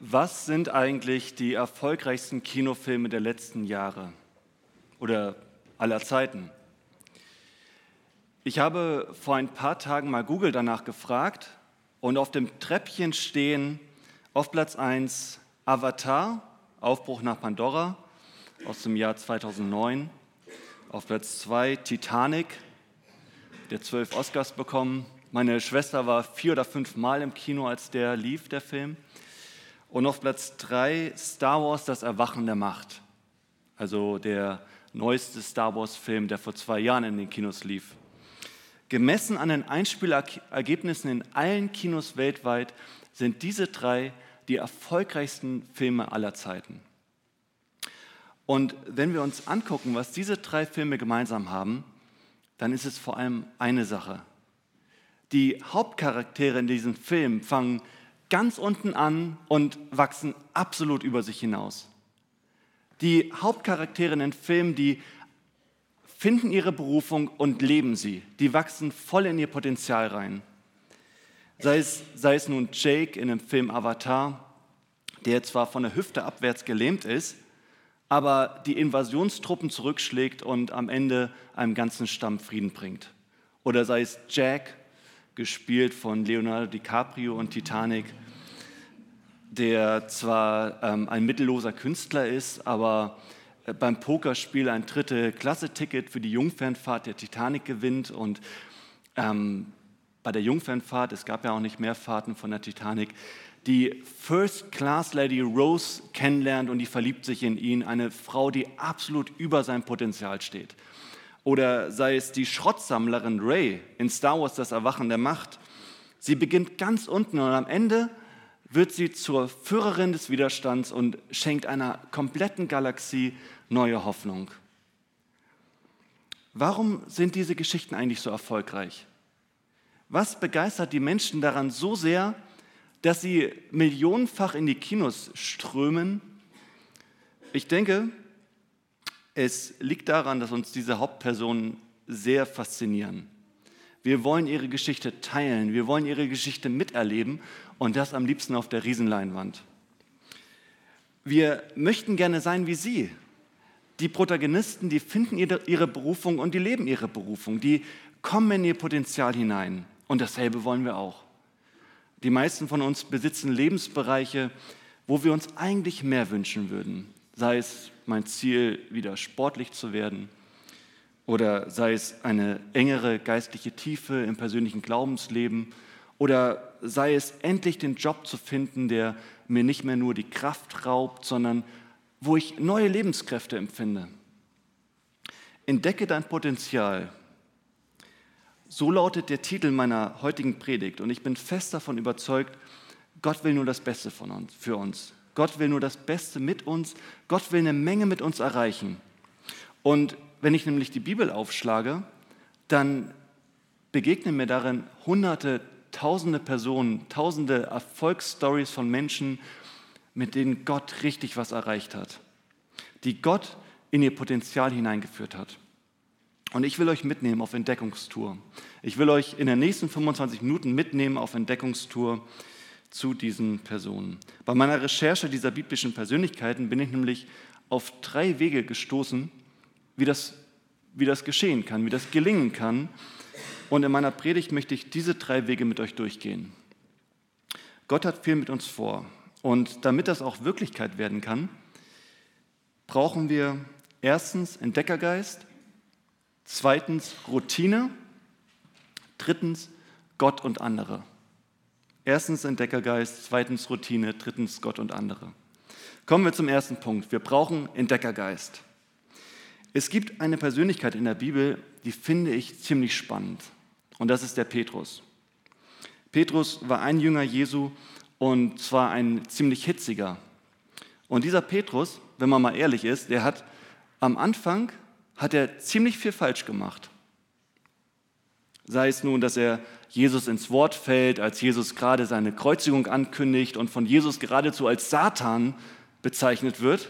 Was sind eigentlich die erfolgreichsten Kinofilme der letzten Jahre oder aller Zeiten? Ich habe vor ein paar Tagen mal Google danach gefragt und auf dem Treppchen stehen auf Platz 1 Avatar, Aufbruch nach Pandora aus dem Jahr 2009, auf Platz 2 Titanic, der 12 Oscars bekommen. Meine Schwester war 4 oder 5 Mal im Kino, als der lief, der Film. Und auf Platz 3 Star Wars, das Erwachen der Macht. Also der neueste Star Wars-Film, der vor 2 Jahren in den Kinos lief. Gemessen an den Einspielergebnissen in allen Kinos weltweit sind diese 3 die erfolgreichsten Filme aller Zeiten. Und wenn wir uns angucken, was diese 3 Filme gemeinsam haben, dann ist es vor allem eine Sache. Die Hauptcharaktere in diesem Film fangen ganz unten an und wachsen absolut über sich hinaus. Die Hauptcharaktere in den Filmen, die finden ihre Berufung und leben sie. Die wachsen voll in ihr Potenzial rein. Sei es nun Jake in dem Film Avatar, der zwar von der Hüfte abwärts gelähmt ist, aber die Invasionstruppen zurückschlägt und am Ende einem ganzen Stamm Frieden bringt. Oder sei es Jack, gespielt von Leonardo DiCaprio und Titanic, der zwar ein mittelloser Künstler ist, aber beim Pokerspiel ein 3. Klasse-Ticket für die Jungfernfahrt der Titanic gewinnt und bei der Jungfernfahrt, es gab ja auch nicht mehr Fahrten von der Titanic, die First-Class-Lady Rose kennenlernt und die verliebt sich in ihn, eine Frau, die absolut über sein Potenzial steht. Oder sei es die Schrottsammlerin Rey in Star Wars, das Erwachen der Macht. Sie beginnt ganz unten und am Ende wird sie zur Führerin des Widerstands und schenkt einer kompletten Galaxie neue Hoffnung. Warum sind diese Geschichten eigentlich so erfolgreich? Was begeistert die Menschen daran so sehr, dass sie millionenfach in die Kinos strömen? Ich denke, es liegt daran, dass uns diese Hauptpersonen sehr faszinieren. Wir wollen ihre Geschichte teilen, wir wollen ihre Geschichte miterleben und das am liebsten auf der Riesenleinwand. Wir möchten gerne sein wie sie. Die Protagonisten, die finden ihre Berufung und die leben ihre Berufung. Die kommen in ihr Potenzial hinein und dasselbe wollen wir auch. Die meisten von uns besitzen Lebensbereiche, wo wir uns eigentlich mehr wünschen würden. Sei es mein Ziel, wieder sportlich zu werden, oder sei es eine engere geistliche Tiefe im persönlichen Glaubensleben, oder sei es endlich den Job zu finden, der mir nicht mehr nur die Kraft raubt, sondern wo ich neue Lebenskräfte empfinde. Entdecke dein Potenzial. So lautet der Titel meiner heutigen Predigt und ich bin fest davon überzeugt, Gott will nur das Beste für uns. Gott will nur das Beste mit uns. Gott will eine Menge mit uns erreichen. Und wenn ich nämlich die Bibel aufschlage, dann begegnen mir darin Hunderte, Tausende Personen, Tausende Erfolgsstories von Menschen, mit denen Gott richtig was erreicht hat, die Gott in ihr Potenzial hineingeführt hat. Und ich will euch mitnehmen auf Entdeckungstour. Ich will euch in den nächsten 25 Minuten mitnehmen auf Entdeckungstour zu diesen Personen. Bei meiner Recherche dieser biblischen Persönlichkeiten bin ich nämlich auf 3 Wege gestoßen, wie das geschehen kann, wie das gelingen kann. Und in meiner Predigt möchte ich diese 3 Wege mit euch durchgehen. Gott hat viel mit uns vor. Und damit das auch Wirklichkeit werden kann, brauchen wir erstens Entdeckergeist, zweitens Routine, drittens Gott und andere. Erstens Entdeckergeist, zweitens Routine, drittens Gott und andere. Kommen wir zum ersten Punkt. Wir brauchen Entdeckergeist. Es gibt eine Persönlichkeit in der Bibel, die finde ich ziemlich spannend. Und das ist der Petrus. Petrus war ein Jünger Jesu und zwar ein ziemlich hitziger. Und dieser Petrus, wenn man mal ehrlich ist, am Anfang hat er ziemlich viel falsch gemacht. Sei es nun, dass er Jesus ins Wort fällt, als Jesus gerade seine Kreuzigung ankündigt und von Jesus geradezu als Satan bezeichnet wird.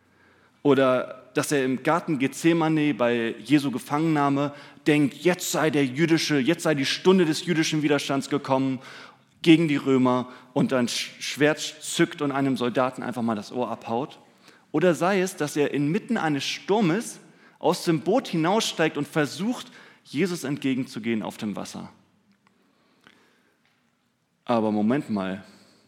Oder dass er im Garten Gethsemane bei Jesu Gefangennahme denkt, jetzt sei die Stunde des jüdischen Widerstands gekommen. gegen die Römer und ein Schwert zückt und einem Soldaten einfach mal das Ohr abhaut. Oder sei es, dass er inmitten eines Sturmes aus dem Boot hinaussteigt und versucht, Jesus entgegenzugehen auf dem Wasser. Aber Moment mal,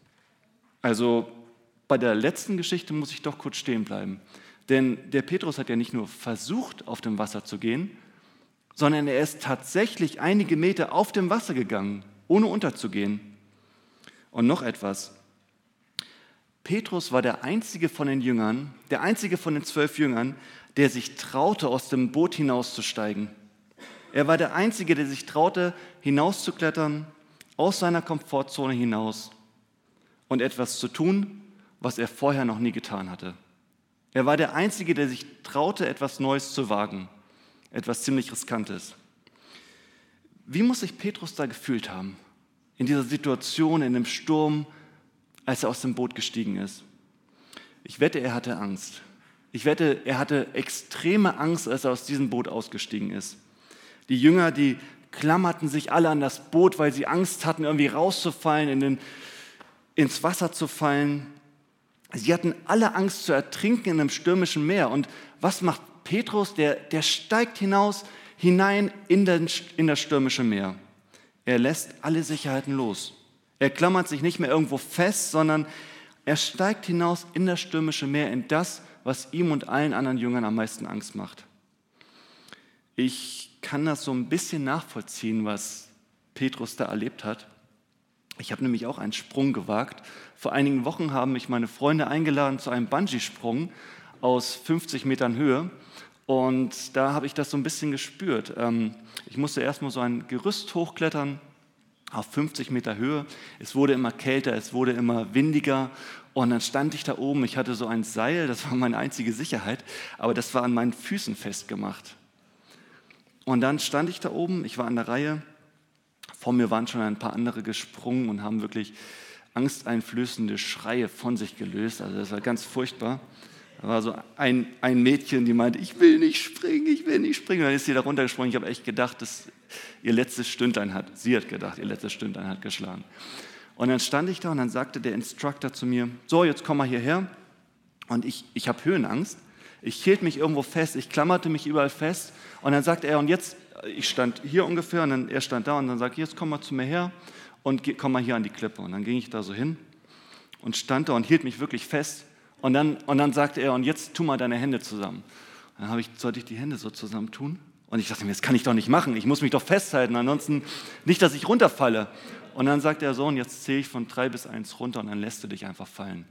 also bei der letzten Geschichte muss ich doch kurz stehen bleiben. Denn der Petrus hat ja nicht nur versucht, auf dem Wasser zu gehen, sondern er ist tatsächlich einige Meter auf dem Wasser gegangen, ohne unterzugehen. Und noch etwas. Petrus war der einzige von den Jüngern, der einzige von den 12 Jüngern, der sich traute, aus dem Boot hinauszusteigen. Er war der Einzige, der sich traute, hinauszuklettern, aus seiner Komfortzone hinaus und etwas zu tun, was er vorher noch nie getan hatte. Er war der Einzige, der sich traute, etwas Neues zu wagen, etwas ziemlich Riskantes. Wie muss sich Petrus da gefühlt haben, in dieser Situation, in dem Sturm, als er aus dem Boot gestiegen ist? Ich wette, er hatte Angst. Ich wette, er hatte extreme Angst, als er aus diesem Boot ausgestiegen ist. Die Jünger, die klammerten sich alle an das Boot, weil sie Angst hatten, irgendwie rauszufallen, ins Wasser zu fallen. Sie hatten alle Angst zu ertrinken in einem stürmischen Meer. Und was macht Petrus? Der steigt hinein in das stürmische Meer. Er lässt alle Sicherheiten los. Er klammert sich nicht mehr irgendwo fest, sondern er steigt hinaus in das stürmische Meer, in das, was ihm und allen anderen Jüngern am meisten Angst macht. Ich kann das so ein bisschen nachvollziehen, was Petrus da erlebt hat. Ich habe nämlich auch einen Sprung gewagt. Vor einigen Wochen haben mich meine Freunde eingeladen zu einem Bungee-Sprung aus 50 Metern Höhe. Und da habe ich das so ein bisschen gespürt. Ich musste erstmal so ein Gerüst hochklettern auf 50 Meter Höhe. Es wurde immer kälter, es wurde immer windiger. Und dann stand ich da oben. Ich hatte so ein Seil, das war meine einzige Sicherheit, aber das war an meinen Füßen festgemacht. Und dann stand ich da oben, ich war an der Reihe. Vor mir waren schon ein paar andere gesprungen und haben wirklich angsteinflößende Schreie von sich gelöst. Also das war ganz furchtbar. Da war so ein Mädchen, die meinte, ich will nicht springen, ich will nicht springen. Und dann ist sie da runtergesprungen. Ich habe echt gedacht, dass ihr letztes Stündlein hat geschlagen. Und dann stand ich da und dann sagte der Instructor zu mir, so, jetzt komm mal hierher. Und ich habe Höhenangst. Ich hielt mich irgendwo fest, ich klammerte mich überall fest. Und dann sagte er, und jetzt, ich stand hier ungefähr und dann er stand da und dann sagte, jetzt komm mal zu mir her und komm mal hier an die Klippe. Und dann ging ich da so hin und stand da und hielt mich wirklich fest. Und dann sagte er, und jetzt tu mal deine Hände zusammen. Dann sollte ich die Hände so zusammen tun. Und ich dachte mir, das kann ich doch nicht machen. Ich muss mich doch festhalten, ansonsten nicht, dass ich runterfalle. Und dann sagte er so, und jetzt zähle ich von 3 bis 1 runter und dann lässt du dich einfach fallen.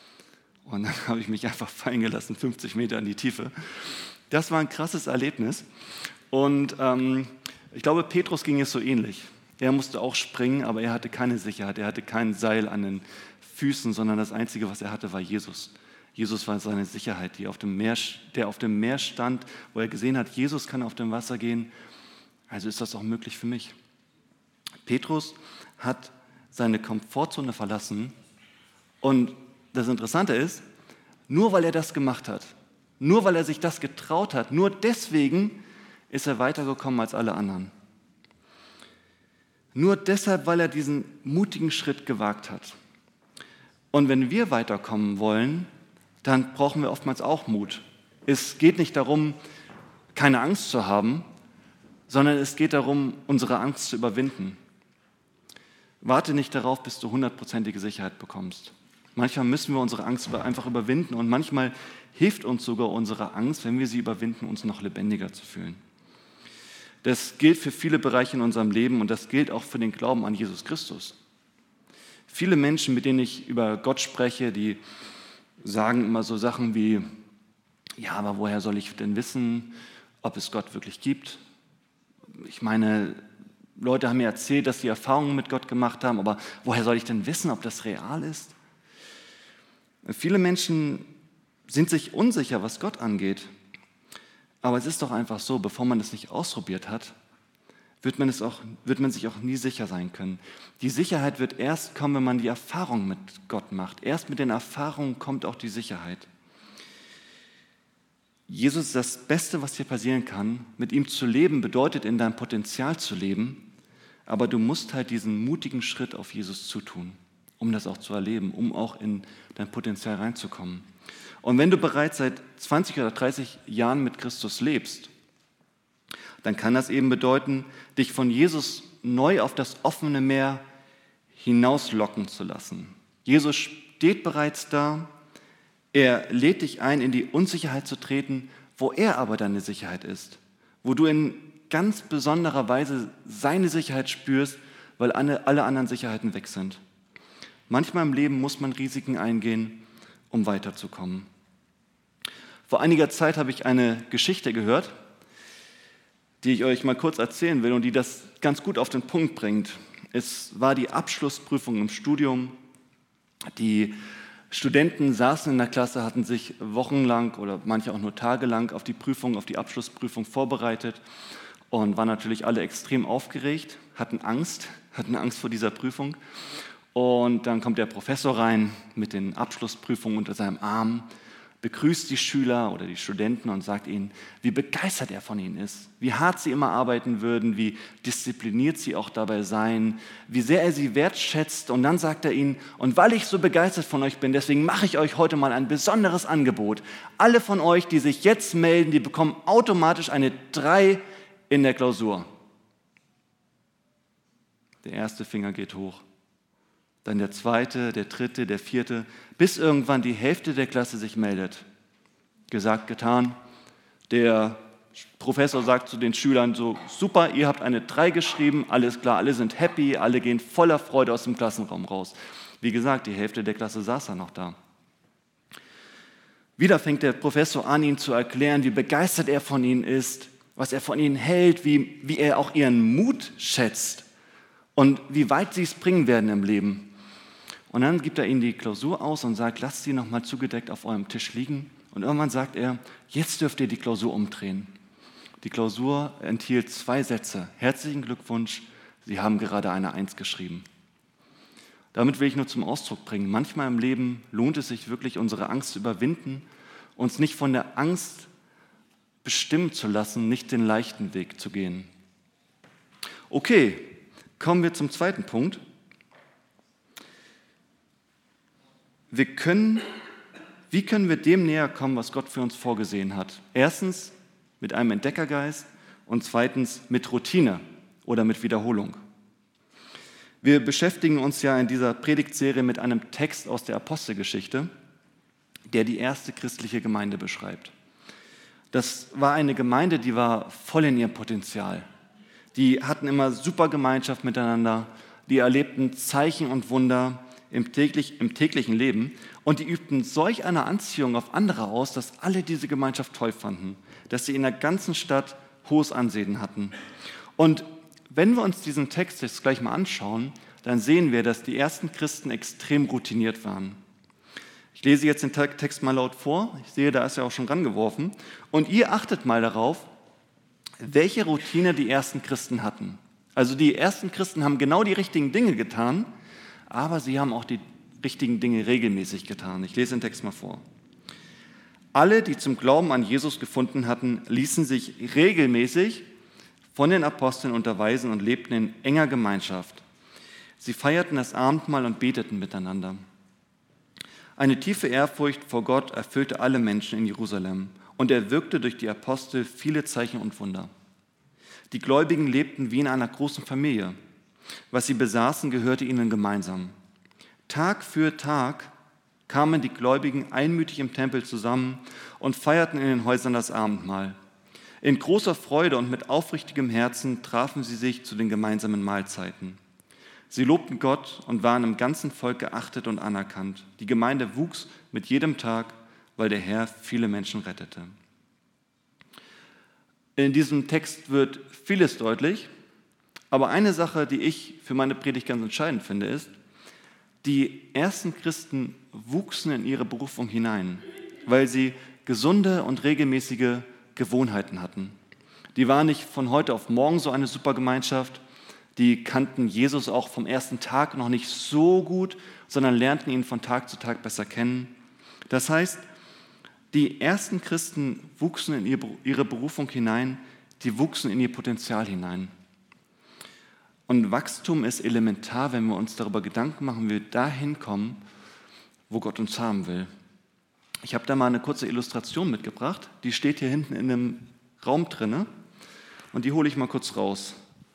Und dann habe ich mich einfach fallen gelassen, 50 Meter in die Tiefe. Das war ein krasses Erlebnis. Und ich glaube, Petrus ging es so ähnlich. Er musste auch springen, aber er hatte keine Sicherheit. Er hatte kein Seil an den Füßen, sondern das Einzige, was er hatte, war Jesus. Jesus war seine Sicherheit, der auf dem Meer stand, wo er gesehen hat, Jesus kann auf dem Wasser gehen. Also ist das auch möglich für mich. Petrus hat seine Komfortzone verlassen und das Interessante ist, nur weil er das gemacht hat, nur weil er sich das getraut hat, nur deswegen ist er weitergekommen als alle anderen. Nur deshalb, weil er diesen mutigen Schritt gewagt hat. Und wenn wir weiterkommen wollen, dann brauchen wir oftmals auch Mut. Es geht nicht darum, keine Angst zu haben, sondern es geht darum, unsere Angst zu überwinden. Warte nicht darauf, bis du 100%ige Sicherheit bekommst. Manchmal müssen wir unsere Angst einfach überwinden und manchmal hilft uns sogar unsere Angst, wenn wir sie überwinden, uns noch lebendiger zu fühlen. Das gilt für viele Bereiche in unserem Leben und das gilt auch für den Glauben an Jesus Christus. Viele Menschen, mit denen ich über Gott spreche, die sagen immer so Sachen wie, ja, aber woher soll ich denn wissen, ob es Gott wirklich gibt? Ich meine, Leute haben mir erzählt, dass sie Erfahrungen mit Gott gemacht haben, aber woher soll ich denn wissen, ob das real ist? Viele Menschen sind sich unsicher, was Gott angeht. Aber es ist doch einfach so, bevor man es nicht ausprobiert hat, wird man sich auch nie sicher sein können. Die Sicherheit wird erst kommen, wenn man die Erfahrung mit Gott macht. Erst mit den Erfahrungen kommt auch die Sicherheit. Jesus ist das Beste, was dir passieren kann. Mit ihm zu leben bedeutet, in deinem Potenzial zu leben. Aber du musst halt diesen mutigen Schritt auf Jesus zutun, um das auch zu erleben, um auch in dein Potenzial reinzukommen. Und wenn du bereits seit 20 oder 30 Jahren mit Christus lebst, dann kann das eben bedeuten, dich von Jesus neu auf das offene Meer hinauslocken zu lassen. Jesus steht bereits da, er lädt dich ein, in die Unsicherheit zu treten, wo er aber deine Sicherheit ist, wo du in ganz besonderer Weise seine Sicherheit spürst, weil alle anderen Sicherheiten weg sind. Manchmal im Leben muss man Risiken eingehen, um weiterzukommen. Vor einiger Zeit habe ich eine Geschichte gehört, die ich euch mal kurz erzählen will und die das ganz gut auf den Punkt bringt. Es war die Abschlussprüfung im Studium. Die Studenten saßen in der Klasse, hatten sich wochenlang oder manche auch nur tagelang auf die Abschlussprüfung vorbereitet und waren natürlich alle extrem aufgeregt, hatten Angst vor dieser Prüfung. Und dann kommt der Professor rein mit den Abschlussprüfungen unter seinem Arm, begrüßt die Schüler oder die Studenten und sagt ihnen, wie begeistert er von ihnen ist, wie hart sie immer arbeiten würden, wie diszipliniert sie auch dabei seien, wie sehr er sie wertschätzt. Und dann sagt er ihnen, und weil ich so begeistert von euch bin, deswegen mache ich euch heute mal ein besonderes Angebot. Alle von euch, die sich jetzt melden, die bekommen automatisch eine 3 in der Klausur. Der erste Finger geht hoch. Dann der zweite, der dritte, der vierte, bis irgendwann die Hälfte der Klasse sich meldet. Gesagt, getan. Der Professor sagt zu den Schülern so, super, ihr habt eine 3 geschrieben, alles klar, alle sind happy, alle gehen voller Freude aus dem Klassenraum raus. Wie gesagt, die Hälfte der Klasse saß da noch da. Wieder fängt der Professor an, ihnen zu erklären, wie begeistert er von ihnen ist, was er von ihnen hält, wie er auch ihren Mut schätzt und wie weit sie es bringen werden im Leben. Und dann gibt er ihnen die Klausur aus und sagt, lasst sie nochmal zugedeckt auf eurem Tisch liegen. Und irgendwann sagt er, jetzt dürft ihr die Klausur umdrehen. Die Klausur enthielt 2 Sätze. Herzlichen Glückwunsch, Sie haben gerade eine 1 geschrieben. Damit will ich nur zum Ausdruck bringen, manchmal im Leben lohnt es sich wirklich, unsere Angst zu überwinden, uns nicht von der Angst bestimmen zu lassen, nicht den leichten Weg zu gehen. Okay, kommen wir zum zweiten Punkt. Wie können wir dem näher kommen, was Gott für uns vorgesehen hat? Erstens mit einem Entdeckergeist und zweitens mit Routine oder mit Wiederholung. Wir beschäftigen uns ja in dieser Predigtserie mit einem Text aus der Apostelgeschichte, der die erste christliche Gemeinde beschreibt. Das war eine Gemeinde, die war voll in ihrem Potenzial. Die hatten immer super Gemeinschaft miteinander, die erlebten Zeichen und Wunder im täglichen Leben und die übten solch eine Anziehung auf andere aus, dass alle diese Gemeinschaft toll fanden, dass sie in der ganzen Stadt hohes Ansehen hatten. Und wenn wir uns diesen Text jetzt gleich mal anschauen, dann sehen wir, dass die ersten Christen extrem routiniert waren. Ich lese jetzt den Text mal laut vor, ich sehe, da ist er auch schon rangeworfen. Und ihr achtet mal darauf, welche Routine die ersten Christen hatten. Also die ersten Christen haben genau die richtigen Dinge getan, aber sie haben auch die richtigen Dinge regelmäßig getan. Ich lese den Text mal vor. Alle, die zum Glauben an Jesus gefunden hatten, ließen sich regelmäßig von den Aposteln unterweisen und lebten in enger Gemeinschaft. Sie feierten das Abendmahl und beteten miteinander. Eine tiefe Ehrfurcht vor Gott erfüllte alle Menschen in Jerusalem und er wirkte durch die Apostel viele Zeichen und Wunder. Die Gläubigen lebten wie in einer großen Familie. Was sie besaßen, gehörte ihnen gemeinsam. Tag für Tag kamen die Gläubigen einmütig im Tempel zusammen und feierten in den Häusern das Abendmahl. In großer Freude und mit aufrichtigem Herzen trafen sie sich zu den gemeinsamen Mahlzeiten. Sie lobten Gott und waren im ganzen Volk geachtet und anerkannt. Die Gemeinde wuchs mit jedem Tag, weil der Herr viele Menschen rettete. In diesem Text wird vieles deutlich. Aber eine Sache, die ich für meine Predigt ganz entscheidend finde, ist, die ersten Christen wuchsen in ihre Berufung hinein, weil sie gesunde und regelmäßige Gewohnheiten hatten. Die waren nicht von heute auf morgen so eine super Gemeinschaft, die kannten Jesus auch vom ersten Tag noch nicht so gut, sondern lernten ihn von Tag zu Tag besser kennen. Das heißt, die ersten Christen wuchsen in ihre Berufung hinein, die wuchsen in ihr Potenzial hinein. Und Wachstum ist elementar, wenn wir uns darüber Gedanken machen, wie wir dahin kommen, wo Gott uns haben will. Ich habe da mal eine kurze Illustration mitgebracht. Die steht hier hinten in einem Raum drinne und die hole ich mal kurz raus.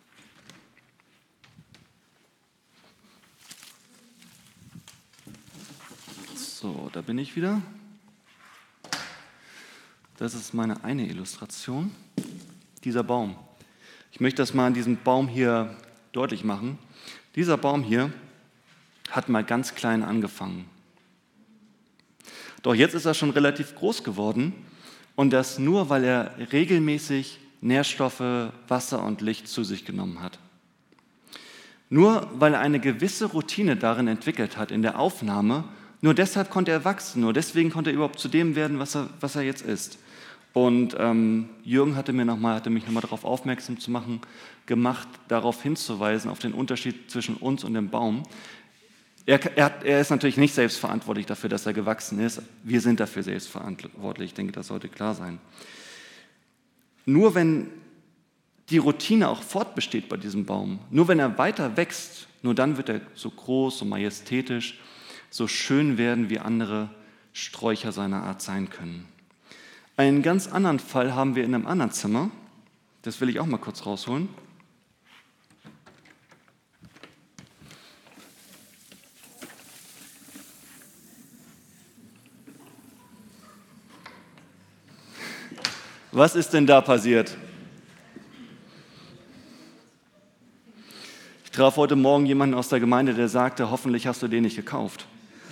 So, da bin ich wieder. Das ist meine eine Illustration. Dieser Baum. Ich möchte das mal an diesem Baum hier deutlich machen. Dieser Baum hier hat mal ganz klein angefangen. Doch jetzt ist er schon relativ groß geworden und das nur, weil er regelmäßig Nährstoffe, Wasser und Licht zu sich genommen hat. Nur weil er eine gewisse Routine darin entwickelt hat, in der Aufnahme, nur deshalb konnte er wachsen, nur deswegen konnte er überhaupt zu dem werden, was er jetzt ist. Und Jürgen hatte mich nochmal darauf aufmerksam gemacht, darauf hinzuweisen, auf den Unterschied zwischen uns und dem Baum. Er ist natürlich nicht selbstverantwortlich dafür, dass er gewachsen ist. Wir sind dafür selbstverantwortlich. Ich denke, das sollte klar sein. Nur wenn die Routine auch fortbesteht bei diesem Baum, nur wenn er weiter wächst, nur dann wird er so groß, so majestätisch, so schön werden, wie andere Sträucher seiner Art sein können. Einen ganz anderen Fall haben wir in einem anderen Zimmer. Das will ich auch mal kurz rausholen. Was ist denn da passiert? Ich traf heute Morgen jemanden aus der Gemeinde, der sagte, hoffentlich hast du den nicht gekauft.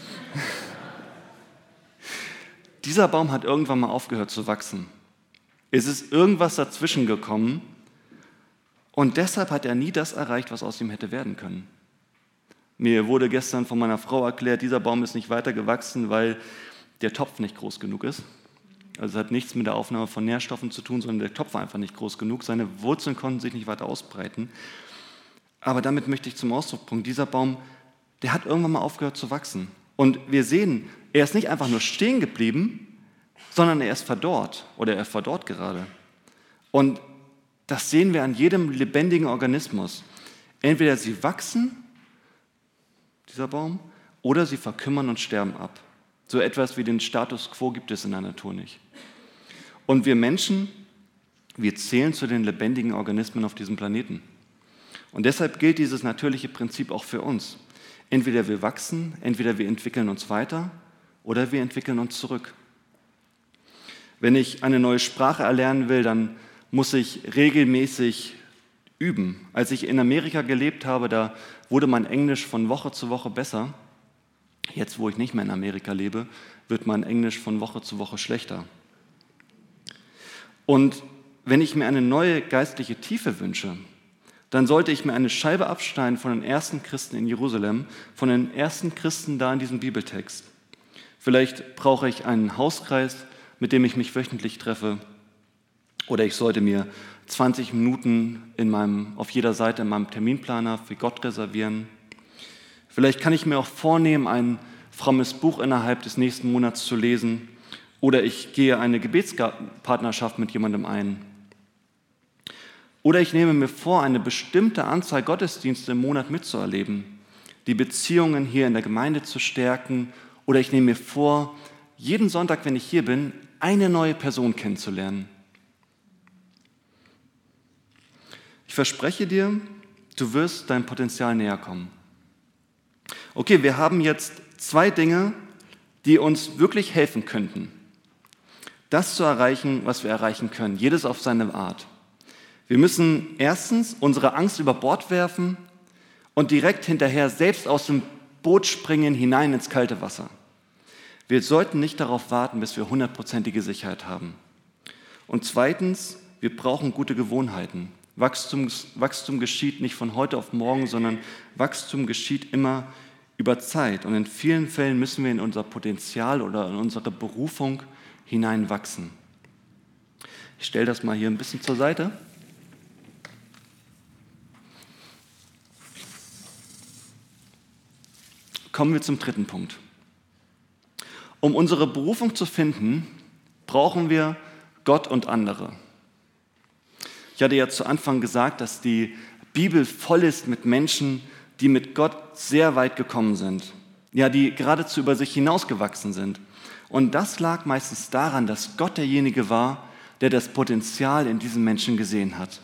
Dieser Baum hat irgendwann mal aufgehört zu wachsen. Es ist irgendwas dazwischen gekommen und deshalb hat er nie das erreicht, was aus ihm hätte werden können. Mir wurde gestern von meiner Frau erklärt, dieser Baum ist nicht weiter gewachsen, weil der Topf nicht groß genug ist. Also es hat nichts mit der Aufnahme von Nährstoffen zu tun, sondern der Topf war einfach nicht groß genug. Seine Wurzeln konnten sich nicht weiter ausbreiten. Aber damit möchte ich zum Ausdruck bringen, dieser Baum, der hat irgendwann mal aufgehört zu wachsen. Und wir sehen, er ist nicht einfach nur stehen geblieben, sondern er ist verdorrt oder er verdorrt gerade. Und das sehen wir an jedem lebendigen Organismus. Entweder sie wachsen, dieser Baum, oder sie verkümmern und sterben ab. So etwas wie den Status quo gibt es in der Natur nicht. Und wir Menschen, wir zählen zu den lebendigen Organismen auf diesem Planeten. Und deshalb gilt dieses natürliche Prinzip auch für uns. Entweder wir wachsen, entweder wir entwickeln uns weiter oder wir entwickeln uns zurück. Wenn ich eine neue Sprache erlernen will, dann muss ich regelmäßig üben. Als ich in Amerika gelebt habe, da wurde mein Englisch von Woche zu Woche besser. Jetzt, wo ich nicht mehr in Amerika lebe, wird mein Englisch von Woche zu Woche schlechter. Und wenn ich mir eine neue geistliche Tiefe wünsche, dann sollte ich mir eine Scheibe abschneiden von den ersten Christen in Jerusalem, von den ersten Christen da in diesem Bibeltext. Vielleicht brauche ich einen Hauskreis, mit dem ich mich wöchentlich treffe, oder ich sollte mir 20 Minuten auf jeder Seite in meinem Terminplaner für Gott reservieren. Vielleicht kann ich mir auch vornehmen, ein frommes Buch innerhalb des nächsten Monats zu lesen, oder ich gehe eine Gebetspartnerschaft mit jemandem ein. Oder ich nehme mir vor, eine bestimmte Anzahl Gottesdienste im Monat mitzuerleben, die Beziehungen hier in der Gemeinde zu stärken. Oder ich nehme mir vor, jeden Sonntag, wenn ich hier bin, eine neue Person kennenzulernen. Ich verspreche dir, du wirst deinem Potenzial näher kommen. Okay, wir haben jetzt 2 Dinge, die uns wirklich helfen könnten, das zu erreichen, was wir erreichen können, jedes auf seine Art. Wir müssen erstens unsere Angst über Bord werfen und direkt hinterher selbst aus dem Boot springen hinein ins kalte Wasser. Wir sollten nicht darauf warten, bis wir 100%ige Sicherheit haben. Und zweitens, wir brauchen gute Gewohnheiten. Wachstum geschieht nicht von heute auf morgen, sondern Wachstum geschieht immer über Zeit. Und in vielen Fällen müssen wir in unser Potenzial oder in unsere Berufung hineinwachsen. Ich stelle das mal hier ein bisschen zur Seite. Kommen wir zum 3. Punkt. Um unsere Berufung zu finden, brauchen wir Gott und andere. Ich hatte ja zu Anfang gesagt, dass die Bibel voll ist mit Menschen, die mit Gott sehr weit gekommen sind. Ja, die geradezu über sich hinausgewachsen sind. Und das lag meistens daran, dass Gott derjenige war, der das Potenzial in diesen Menschen gesehen hat.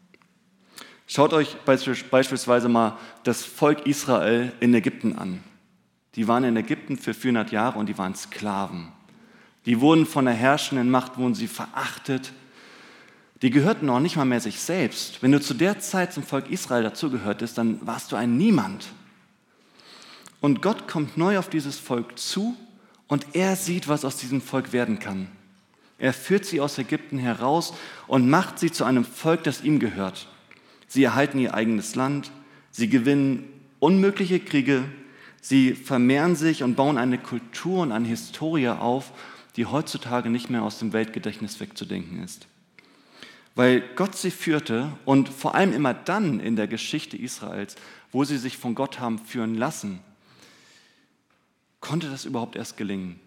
Schaut euch beispielsweise mal das Volk Israel in Ägypten an. Die waren in Ägypten für 400 Jahre und die waren Sklaven. Die wurden von der herrschenden Macht, wurden sie verachtet. Die gehörten auch nicht mal mehr sich selbst. Wenn du zu der Zeit zum Volk Israel dazugehörtest, dann warst du ein Niemand. Und Gott kommt neu auf dieses Volk zu und er sieht, was aus diesem Volk werden kann. Er führt sie aus Ägypten heraus und macht sie zu einem Volk, das ihm gehört. Sie erhalten ihr eigenes Land, sie gewinnen unmögliche Kriege, sie vermehren sich und bauen eine Kultur und eine Historie auf, die heutzutage nicht mehr aus dem Weltgedächtnis wegzudenken ist. Weil Gott sie führte und vor allem immer dann in der Geschichte Israels, wo sie sich von Gott haben führen lassen, konnte das überhaupt erst gelingen.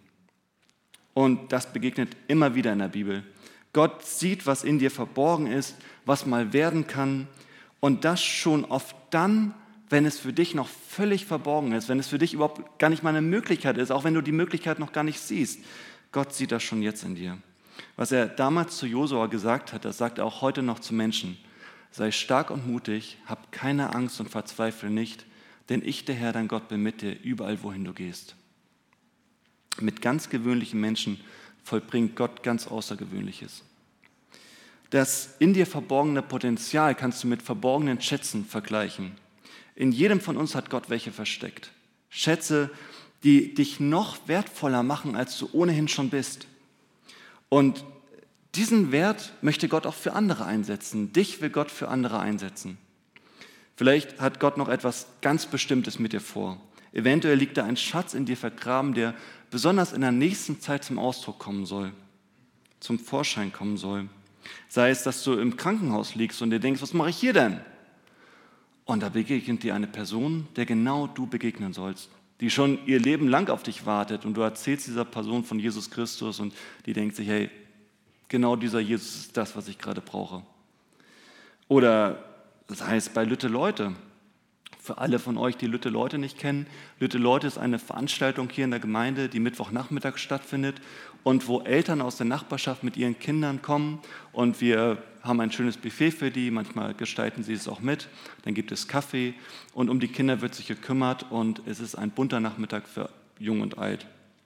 Und das begegnet immer wieder in der Bibel. Gott sieht, was in dir verborgen ist, was mal werden kann. Und das schon oft dann, wenn es für dich noch völlig verborgen ist, wenn es für dich überhaupt gar nicht mal eine Möglichkeit ist, auch wenn du die Möglichkeit noch gar nicht siehst. Gott sieht das schon jetzt in dir. Was er damals zu Josua gesagt hat, das sagt er auch heute noch zu Menschen. Sei stark und mutig, hab keine Angst und verzweifle nicht, denn ich, der Herr, dein Gott, bin mit dir überall, wohin du gehst. Mit ganz gewöhnlichen Menschen vollbringt Gott ganz Außergewöhnliches. Das in dir verborgene Potenzial kannst du mit verborgenen Schätzen vergleichen. In jedem von uns hat Gott welche versteckt. Schätze, die dich noch wertvoller machen, als du ohnehin schon bist. Und diesen Wert möchte Gott auch für andere einsetzen. Dich will Gott für andere einsetzen. Vielleicht hat Gott noch etwas ganz Bestimmtes mit dir vor. Eventuell liegt da ein Schatz in dir vergraben, der besonders in der nächsten Zeit zum Ausdruck kommen soll, zum Vorschein kommen soll. Sei es, dass du im Krankenhaus liegst und dir denkst, was mache ich hier denn? Und da begegnet dir eine Person, der genau du begegnen sollst, die schon ihr Leben lang auf dich wartet und du erzählst dieser Person von Jesus Christus und die denkt sich, hey, genau dieser Jesus ist das, was ich gerade brauche. Oder sei es bei Lütte Leute. Für alle von euch, die Lütte Leute nicht kennen, Lütte Leute ist eine Veranstaltung hier in der Gemeinde, die Mittwochnachmittag stattfindet und wo Eltern aus der Nachbarschaft mit ihren Kindern kommen und wir haben ein schönes Buffet für die, manchmal gestalten sie es auch mit, dann gibt es Kaffee und um die Kinder wird sich gekümmert und es ist ein bunter Nachmittag für Jung und Alt.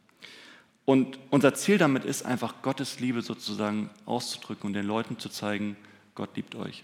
Und unser Ziel damit ist einfach, Gottes Liebe sozusagen auszudrücken und den Leuten zu zeigen, Gott liebt euch.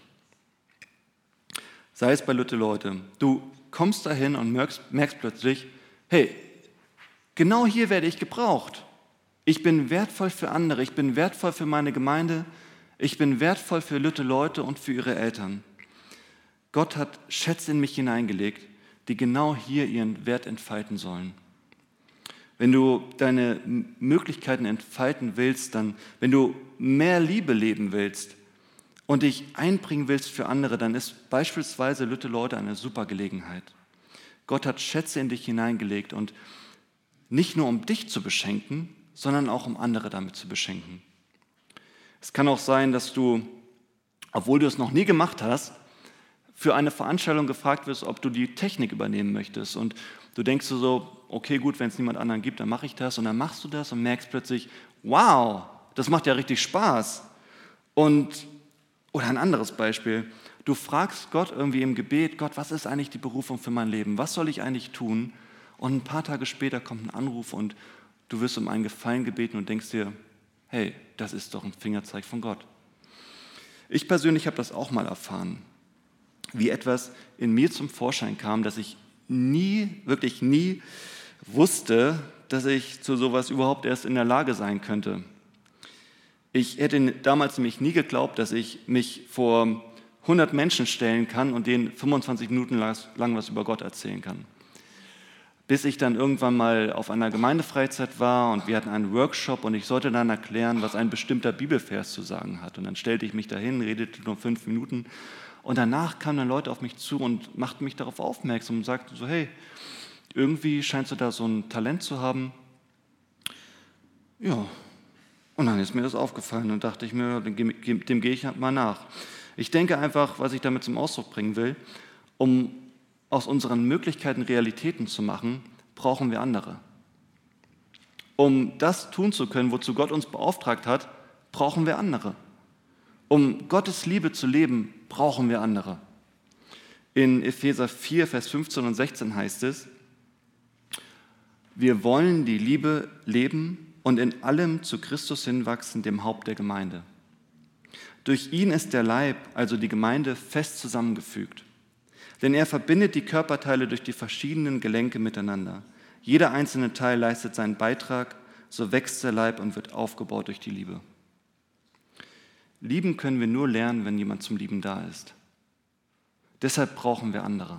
Sei es bei Lütte Leute, du kommst dahin und merkst plötzlich, hey, genau hier werde ich gebraucht. Ich bin wertvoll für andere, ich bin wertvoll für meine Gemeinde, ich bin wertvoll für Lütte Leute und für ihre Eltern. Gott hat Schätze in mich hineingelegt, die genau hier ihren Wert entfalten sollen. Wenn du deine Möglichkeiten entfalten willst, dann, wenn du mehr Liebe leben willst, und dich einbringen willst für andere, dann ist beispielsweise Lütte Leute eine super Gelegenheit. Gott hat Schätze in dich hineingelegt und nicht nur um dich zu beschenken, sondern auch um andere damit zu beschenken. Es kann auch sein, dass du, obwohl du es noch nie gemacht hast, für eine Veranstaltung gefragt wirst, ob du die Technik übernehmen möchtest. Und du denkst so, okay, gut, wenn es niemand anderen gibt, dann mache ich das. Und dann machst du das und merkst plötzlich, wow, das macht ja richtig Spaß. Oder ein anderes Beispiel, du fragst Gott irgendwie im Gebet, Gott, was ist eigentlich die Berufung für mein Leben? Was soll ich eigentlich tun? Und ein paar Tage später kommt ein Anruf und du wirst um einen Gefallen gebeten und denkst dir, hey, das ist doch ein Fingerzeig von Gott. Ich persönlich habe das auch mal erfahren, wie etwas in mir zum Vorschein kam, dass ich wirklich nie wusste, dass ich zu sowas überhaupt erst in der Lage sein könnte. Ich hätte damals nämlich nie geglaubt, dass ich mich vor 100 Menschen stellen kann und denen 25 Minuten lang was über Gott erzählen kann. Bis ich dann irgendwann mal auf einer Gemeindefreizeit war und wir hatten einen Workshop und ich sollte dann erklären, was ein bestimmter Bibelvers zu sagen hat. Und dann stellte ich mich dahin, redete nur 5 Minuten und danach kamen dann Leute auf mich zu und machten mich darauf aufmerksam und sagten so, hey, irgendwie scheinst du da so ein Talent zu haben. Ja. Und dann ist mir das aufgefallen und dachte ich mir, dem gehe ich mal nach. Ich denke einfach, was ich damit zum Ausdruck bringen will, um aus unseren Möglichkeiten Realitäten zu machen, brauchen wir andere. Um das tun zu können, wozu Gott uns beauftragt hat, brauchen wir andere. Um Gottes Liebe zu leben, brauchen wir andere. In Epheser 4, Vers 15 und 16 heißt es, wir wollen die Liebe leben und in allem zu Christus hinwachsen, dem Haupt der Gemeinde. Durch ihn ist der Leib, also die Gemeinde, fest zusammengefügt. Denn er verbindet die Körperteile durch die verschiedenen Gelenke miteinander. Jeder einzelne Teil leistet seinen Beitrag, so wächst der Leib und wird aufgebaut durch die Liebe. Lieben können wir nur lernen, wenn jemand zum Lieben da ist. Deshalb brauchen wir andere.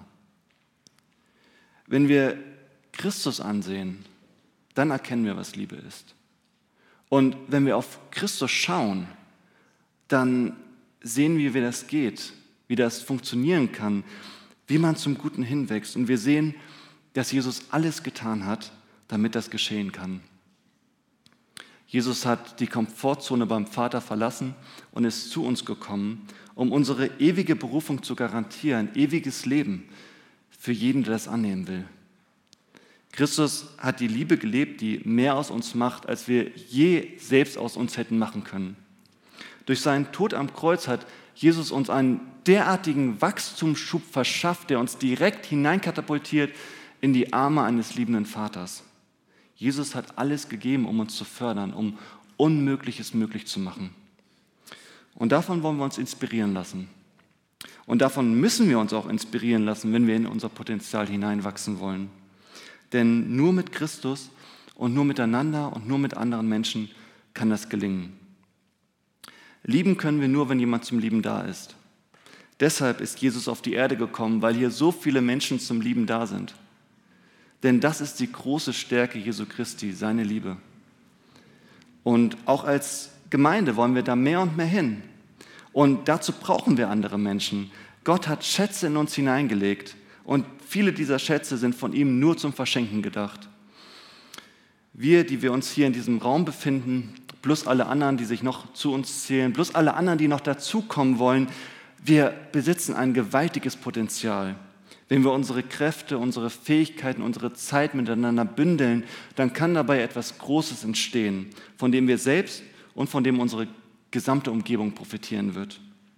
Wenn wir Christus ansehen, dann erkennen wir, was Liebe ist. Und wenn wir auf Christus schauen, dann sehen wir, wie das geht, wie das funktionieren kann, wie man zum Guten hinwächst. Und wir sehen, dass Jesus alles getan hat, damit das geschehen kann. Jesus hat die Komfortzone beim Vater verlassen und ist zu uns gekommen, um unsere ewige Berufung zu garantieren, ewiges Leben für jeden, der das annehmen will. Christus hat die Liebe gelebt, die mehr aus uns macht, als wir je selbst aus uns hätten machen können. Durch seinen Tod am Kreuz hat Jesus uns einen derartigen Wachstumsschub verschafft, der uns direkt hineinkatapultiert in die Arme eines liebenden Vaters. Jesus hat alles gegeben, um uns zu fördern, um Unmögliches möglich zu machen. Und davon wollen wir uns inspirieren lassen. Und davon müssen wir uns auch inspirieren lassen, wenn wir in unser Potenzial hineinwachsen wollen. Denn nur mit Christus und nur miteinander und nur mit anderen Menschen kann das gelingen. Lieben können wir nur, wenn jemand zum Lieben da ist. Deshalb ist Jesus auf die Erde gekommen, weil hier so viele Menschen zum Lieben da sind. Denn das ist die große Stärke Jesu Christi, seine Liebe. Und auch als Gemeinde wollen wir da mehr und mehr hin. Und dazu brauchen wir andere Menschen. Gott hat Schätze in uns hineingelegt und viele dieser Schätze sind von ihm nur zum Verschenken gedacht. Wir, die wir uns hier in diesem Raum befinden, plus alle anderen, die sich noch zu uns zählen, plus alle anderen, die noch dazukommen wollen, wir besitzen ein gewaltiges Potenzial. Wenn wir unsere Kräfte, unsere Fähigkeiten, unsere Zeit miteinander bündeln, dann kann dabei etwas Großes entstehen, von dem wir selbst und von dem unsere gesamte Umgebung profitieren wird.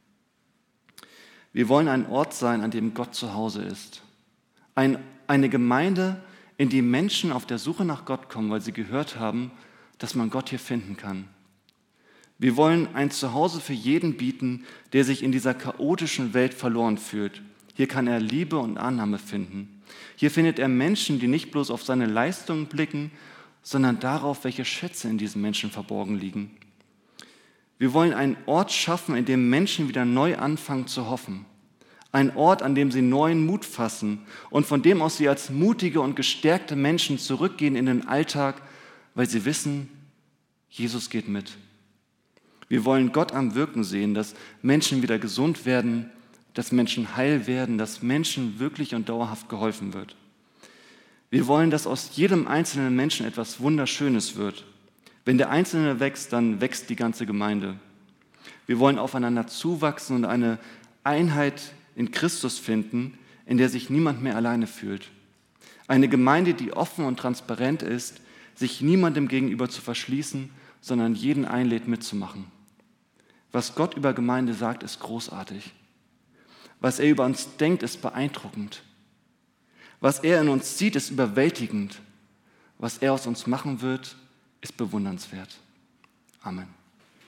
Wir wollen ein Ort sein, an dem Gott zu Hause ist. Eine Gemeinde, in die Menschen auf der Suche nach Gott kommen, weil sie gehört haben, dass man Gott hier finden kann. Wir wollen ein Zuhause für jeden bieten, der sich in dieser chaotischen Welt verloren fühlt. Hier kann er Liebe und Annahme finden. Hier findet er Menschen, die nicht bloß auf seine Leistungen blicken, sondern darauf, welche Schätze in diesen Menschen verborgen liegen. Wir wollen einen Ort schaffen, in dem Menschen wieder neu anfangen zu hoffen. Ein Ort, an dem sie neuen Mut fassen und von dem aus sie als mutige und gestärkte Menschen zurückgehen in den Alltag, weil sie wissen, Jesus geht mit. Wir wollen Gott am Wirken sehen, dass Menschen wieder gesund werden, dass Menschen heil werden, dass Menschen wirklich und dauerhaft geholfen wird. Wir wollen, dass aus jedem einzelnen Menschen etwas Wunderschönes wird. Wenn der Einzelne wächst, dann wächst die ganze Gemeinde. Wir wollen aufeinander zuwachsen und eine Einheit in Christus finden, in der sich niemand mehr alleine fühlt. Eine Gemeinde, die offen und transparent ist, sich niemandem gegenüber zu verschließen, sondern jeden einlädt mitzumachen. Was Gott über Gemeinde sagt, ist großartig. Was er über uns denkt, ist beeindruckend. Was er in uns sieht, ist überwältigend. Was er aus uns machen wird, ist bewundernswert. Amen.